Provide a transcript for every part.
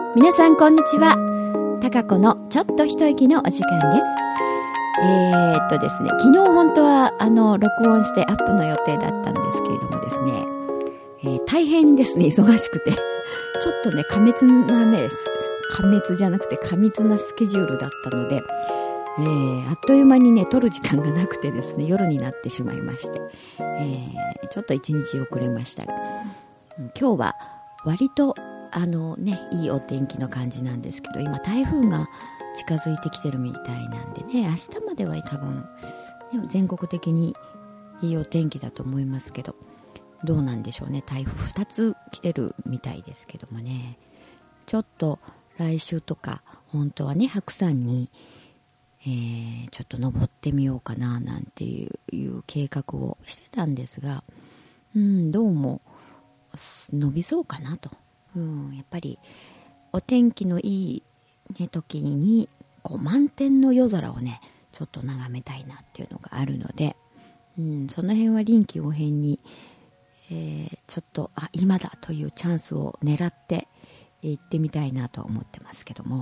皆さんこんにちは。たかこのちょっと一息のお時間です。ですね、昨日本当は録音してアップの予定だったんですけれどもですね、大変ですね、忙しくてちょっとね過密じゃなくて過密なスケジュールだったので、あっという間にね撮る時間がなくてですね、夜になってしまいまして、ちょっと一日遅れましたが、今日は割といいお天気の感じなんですけど、今台風が近づいてきてるみたいなんでね、明日までは多分全国的にいいお天気だと思いますけど、どうなんでしょうね。台風2つ来てるみたいですけどもね、ちょっと来週とか本当はね白山に、ちょっと登ってみようかななんていう計画をしてたんですが、どうも伸びそうかなと、やっぱりお天気のいい、時にこう満天の夜空をねちょっと眺めたいなっていうのがあるので、その辺は臨機応変に、ちょっと今だというチャンスを狙って行ってみたいなと思ってますけども、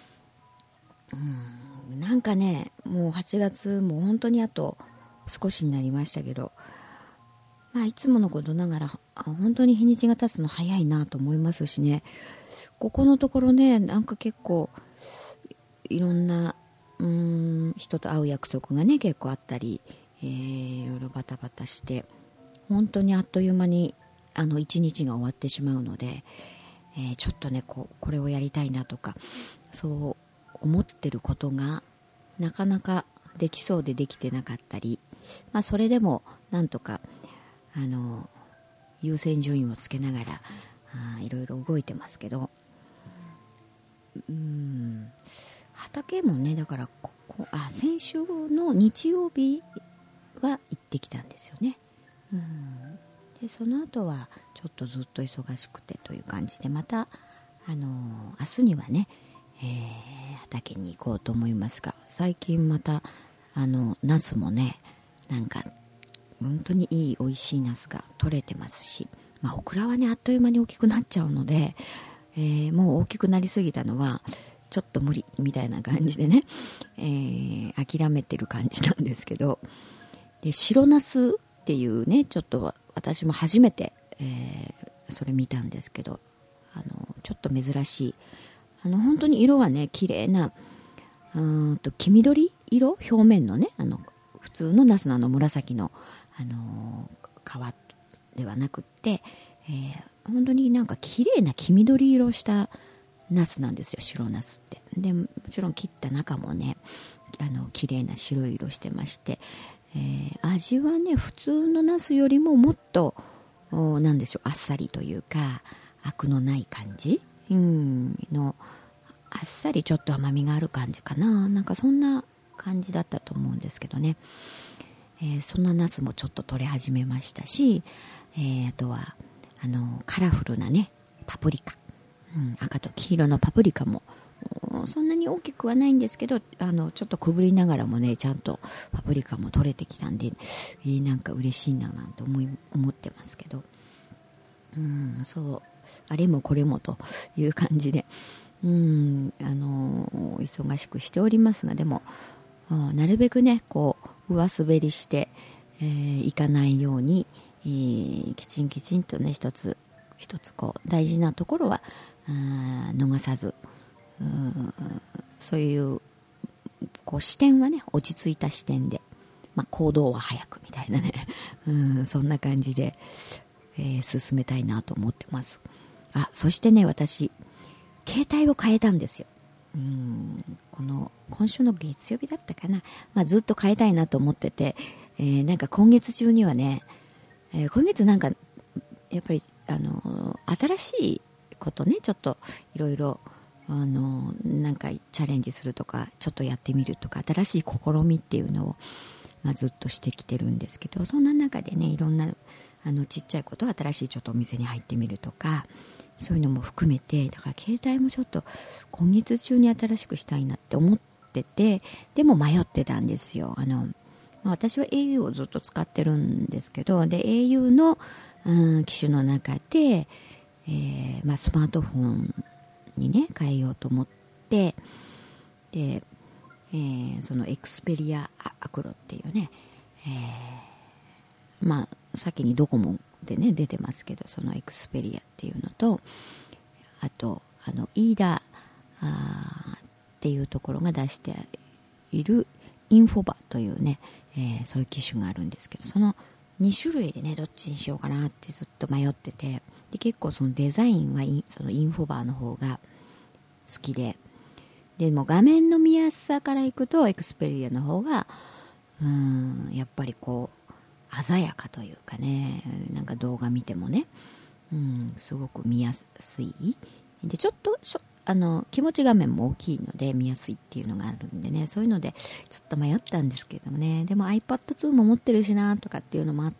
なんかねもう8月も本当にあと少しになりましたけど、いつものことながら本当に日にちが経つの早いなと思いますしね、ここのところねなんか結構いろんな人と会う約束がね結構あったり、いろいろバタバタして本当にあっという間に一日が終わってしまうので、ちょっとねこれをやりたいなとかそう思ってることがなかなかできそうでできてなかったり、それでもなんとか優先順位をつけながらいろいろ動いてますけど、畑もねだから先週の日曜日は行ってきたんですよね。でその後はちょっとずっと忙しくてという感じで、また明日にはね、畑に行こうと思いますが、最近またナスもねなんか本当にいい美味しいナスが取れてますし、オクラはねあっという間に大きくなっちゃうので、もう大きくなりすぎたのはちょっと無理みたいな感じでね、諦めてる感じなんですけど、で白ナスっていうねちょっと私も初めて、それ見たんですけど、ちょっと珍しい本当に色はね綺麗な黄緑色、表面のね普通のナスの紫の皮ではなくって、本当になんか綺麗な黄緑色したナスなんですよ、白ナスって。でもちろん切った中もね綺麗な白い色してまして、味はね普通のナスよりももっとなんでしょう、あっさりというかアクのない感じの、あっさりちょっと甘みがある感じかな、なんかそんな感じだったと思うんですけどね、そんなナスもちょっと取れ始めましたし、あとはカラフルなねパプリカ、赤と黄色のパプリカもそんなに大きくはないんですけど、ちょっとくぶりながらもねちゃんとパプリカも取れてきたんで、なんか嬉しいななんて思ってますけど、そうあれもこれもという感じで忙しくしておりますが、でもなるべくねこう上滑りしていかないように、きちんとね一つこう大事なところは逃さず、そういうこう視点はね落ち着いた視点で、行動は早くみたいなねそんな感じで、進めたいなと思ってます。そしてね私携帯を変えたんですよ。今週の月曜日だったかな、ずっと変えたいなと思ってて、なんか今月中にはね、今月なんかやっぱり新しいことねちょっといろいろなんかチャレンジするとかちょっとやってみるとか新しい試みっていうのを、ずっとしてきてるんですけど、そんな中でねいろんなちっちゃいこと、新しいちょっとお店に入ってみるとかそういうのも含めて、だから携帯もちょっと今月中に新しくしたいなって思ってて、でも迷ってたんですよ。私は au をずっと使ってるんですけど、で au の、機種の中で、スマートフォンにね変えようと思って、で、そのエクスペリアアクロっていうね、まあ先にドコモでね出てますけど、そのエクスペリアっていうのと、あとイーダっていうところが出しているインフォバというね、そういう機種があるんですけど、その2種類でねどっちにしようかなってずっと迷ってて、で結構そのデザインはそのインフォバーの方が好きで、でも画面の見やすさからいくとエクスペリアの方がやっぱりこう鮮やかというかね、なんか動画見てもね、すごく見やすいで、ちょっと気持ち画面も大きいので見やすいっていうのがあるんでね、そういうのでちょっと迷ったんですけどもね、でも iPad2 も持ってるしなとかっていうのもあって、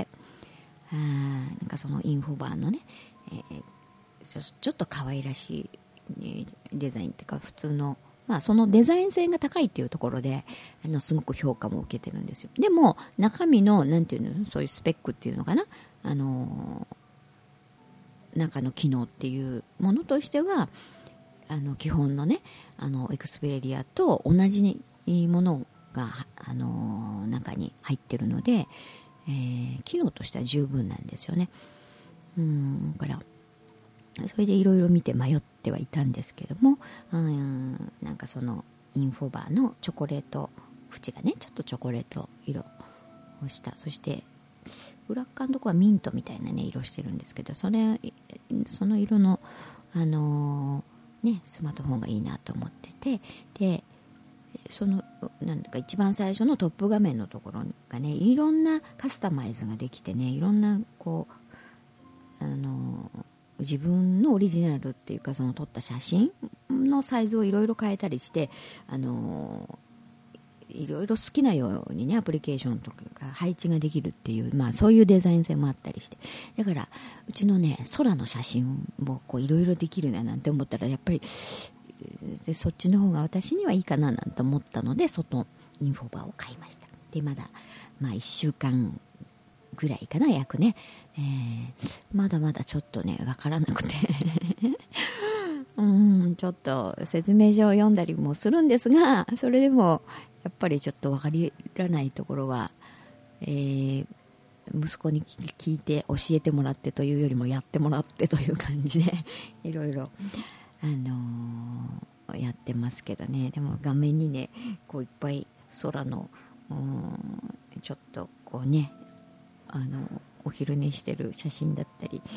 なんかそのインフォバーのね、ちょっと可愛らしいデザインっていうか普通の、まあ、そのデザイン性が高いっていうところですごく評価も受けてるんですよ。でも中身のなんていうの、そういうスペックっていうのかな、中の機能っていうものとしては基本のねエクスペリアと同じものが中に入ってるので、機能としては十分なんですよね。だからそれでいろいろ見て迷ってはいたんですけども、なんかそのインフォバーのチョコレート縁がねちょっとチョコレート色をした、そして裏側のとこはミントみたいなね色してるんですけど、その色のスマートフォンがいいなと思ってて、でそのなんか一番最初のトップ画面のところがねいろんなカスタマイズができてね、いろんなこう自分のオリジナルっていうか、その撮った写真のサイズをいろいろ変えたりして、いろいろ好きなようにねアプリケーションとか配置ができるっていう、まあ、そういうデザイン性もあったりして、だからうちのね空の写真をいろいろできるななんて思ったら、やっぱりでそっちの方が私にはいいかななんて思ったので、そのインフォバーを買いました。でまだ、1週間ぐらいかな約ね、まだまだちょっとね分からなくてちょっと説明書を読んだりもするんですが、それでもやっぱりちょっと分からないところは、息子に聞いて教えてもらってというよりもやってもらってという感じでいろいろやってますけどね。でも画面にねこういっぱい空のちょっとこうねお昼寝してる写真だったり、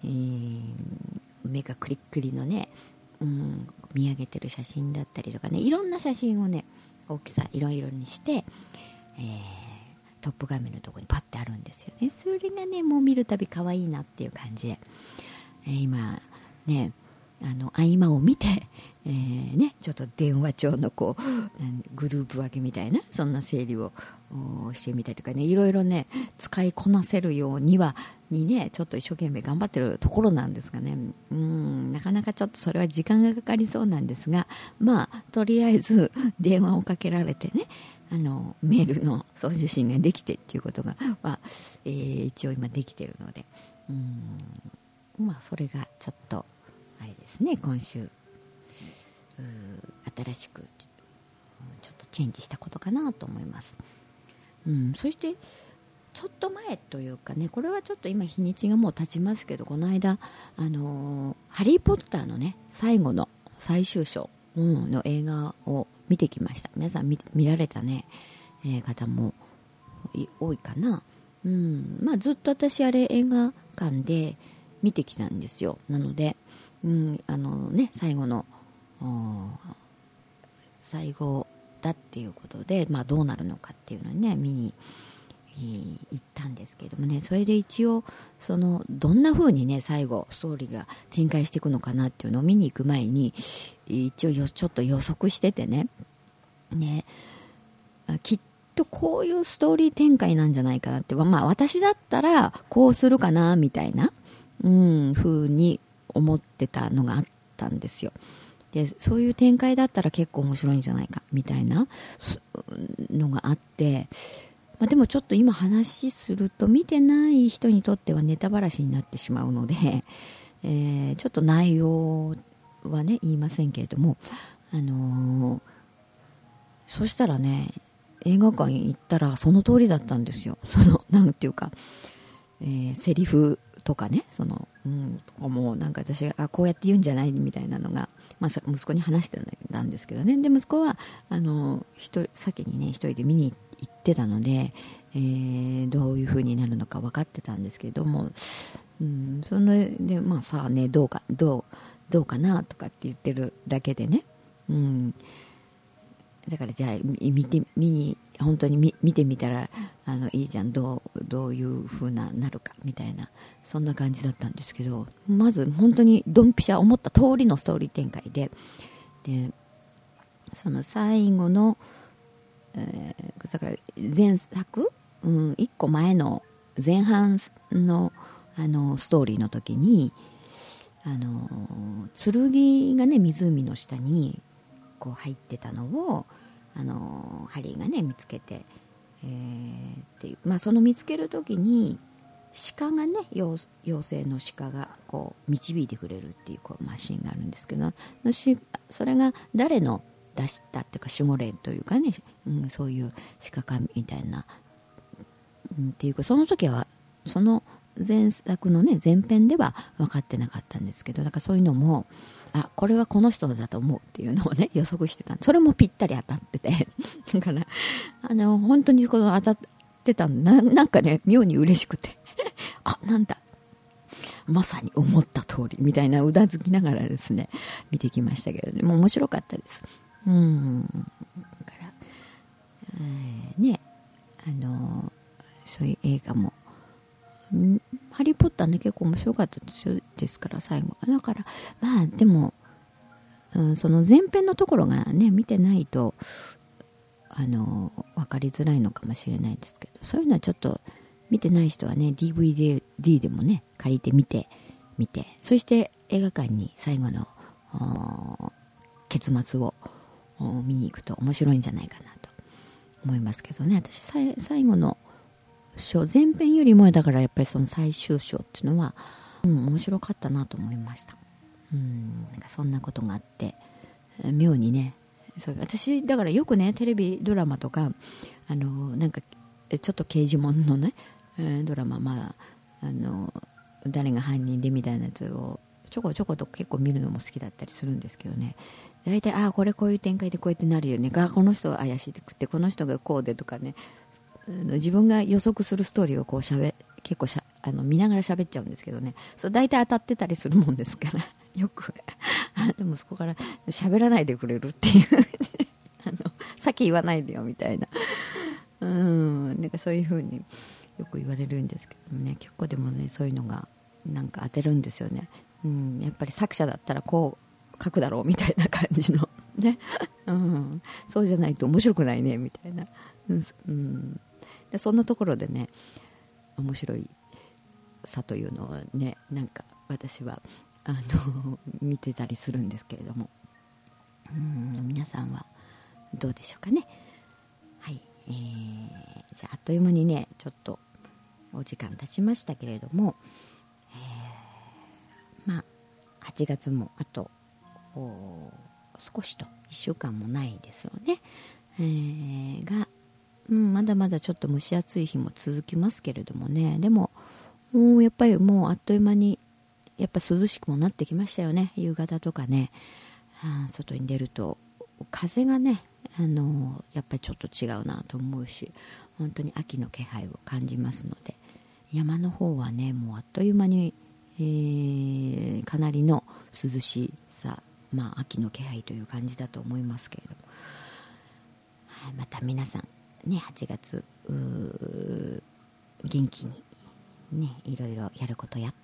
目がクリックリのね、見上げてる写真だったりとかね、いろんな写真をね大きさいろいろにして、トップ画面のところにパッてあるんですよね。それがねもう見るたび可愛いなっていう感じで、今ね合間を見て、ちょっと電話帳のこうグループ分けみたいなそんな整理をしてみたりとかね、いろいろね使いこなせるようにねちょっと一生懸命頑張ってるところなんですがね、なかなかちょっとそれは時間がかかりそうなんですが、まあとりあえず電話をかけられてねメールの送受信ができてっていうことが、一応今できてるので、まあそれがちょっとあれですね、今週新しくちょっとチェンジしたことかなと思います。そしてちょっと前というかね、これはちょっと今日にちがもう経ちますけど、この間ハリーポッターのね最後の最終章、の映画を見てきました。皆さん 見られたね、方も多いかな。まあずっと私あれ映画館で見てきたんですよ。なので最後の最後だっていうことで、まあ、どうなるのかっていうのにね見に行ったんですけどもね、それで一応どんな風にね最後ストーリーが展開していくのかなっていうのを見に行く前に一応ちょっと予測しててね、きっとこういうストーリー展開なんじゃないかなって、まあ私だったらこうするかなみたいな風に思ってたのがあったんですよ。でそういう展開だったら結構面白いんじゃないかみたいなのがあって、でもちょっと今話すると見てない人にとってはネタばらしになってしまうので、ちょっと内容はね言いませんけれども、そしたらね映画館行ったらその通りだったんですよ。なんていうか、セリフとかね、とかもなんか私がこうやって言うんじゃないみたいなのが、息子に話してたんですけどね。で息子は先にね一人で見に行ってたので、どういう風になるのか分かってたんですけれども、それでさあねどうかなとかって言ってるだけでね、だからじゃあ本当に見てみたらいいじゃん、どういう風なるかみたいな、そんな感じだったんですけど、まず本当にドンピシャ思った通りのストーリー展開でその最後の、だから前作、1個前の前半のストーリーの時に剣がね湖の下にこう入ってたのをハリーがね見つけて、っていう、その見つける時に鹿がね妖精の鹿がこう導いてくれるっていうシーンがあるんですけど、それが誰の出したっていうか守護霊というかね、そういう鹿かみたいな、っていうかその時はその前作のね前編では分かってなかったんですけど、だからそういうのもこれはこの人のだと思うっていうのをね予測してた。それもぴったり当たっててだから本当に当たってたなんかね妙に嬉しくてなんだまさに思った通りみたいなうなずきながらですね見てきましたけどね、もう面白かったです。だからねそういう映画もハリーポッターね結構面白かったですから最後だからでも、その前編のところがね見てないと分かりづらいのかもしれないですけど、そういうのはちょっと見てない人はね DVD でもね借りて見てそして映画館に最後の結末を見に行くと面白いんじゃないかなと思いますけどね。私最後の前編よりもだからやっぱりその最終章っていうのは、面白かったなと思いました。なんかそんなことがあって妙にね、私だからよくねテレビドラマとかなんかちょっと刑事もののね、ドラマ誰が犯人でみたいなやつをちょこちょこと結構見るのも好きだったりするんですけどね、大体こういう展開でこうやってなるよね、この人は怪しくてこの人がこうでとかね、自分が予測するストーリーをこう結構見ながら喋っちゃうんですけどね、それ大体当たってたりするもんですからよくでもそこから喋らないでくれるっていうさっき言わないでよみたいな、なんかそういう風によく言われるんですけどもね、結構でもねそういうのがなんか当てるんですよね。やっぱり作者だったらこう書くだろうみたいな感じのね、そうじゃないと面白くないねみたいな、でそんなところでね面白いさというのをねなんか私は見てたりするんですけれども、皆さんはどうでしょうかね。はい、じゃああっという間にねちょっとお時間経ちましたけれども、8月もあと少しと1週間もないですよね、がまだまだちょっと蒸し暑い日も続きますけれどもね、でもやっぱりもうあっという間にやっぱ涼しくもなってきましたよね。夕方とかね、外に出ると風がねやっぱりちょっと違うなと思うし、本当に秋の気配を感じますので、山の方はねもうあっという間に、かなりの涼しさ、秋の気配という感じだと思いますけれども、また皆さんね8月元気にねいろいろやることやって、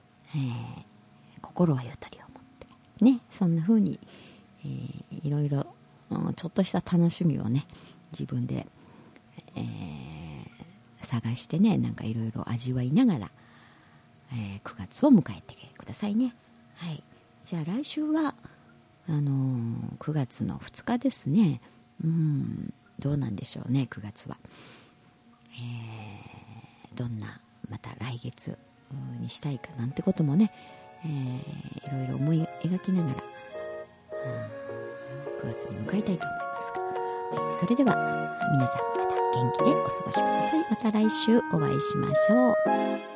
心はゆとりを持ってね、そんな風に、いろいろちょっとした楽しみをね自分で、探してねなんかいろいろ味わいながら、9月を迎えてくださいね。はい、じゃあ来週は9月の2日ですね。どうなんでしょうね9月は、どんなまた来月にしたいかなんてこともね、 いろいろ思い描きながら9月に迎えたいと思いますが、はい、それでは皆さんまた元気でお過ごしください。また来週お会いしましょう。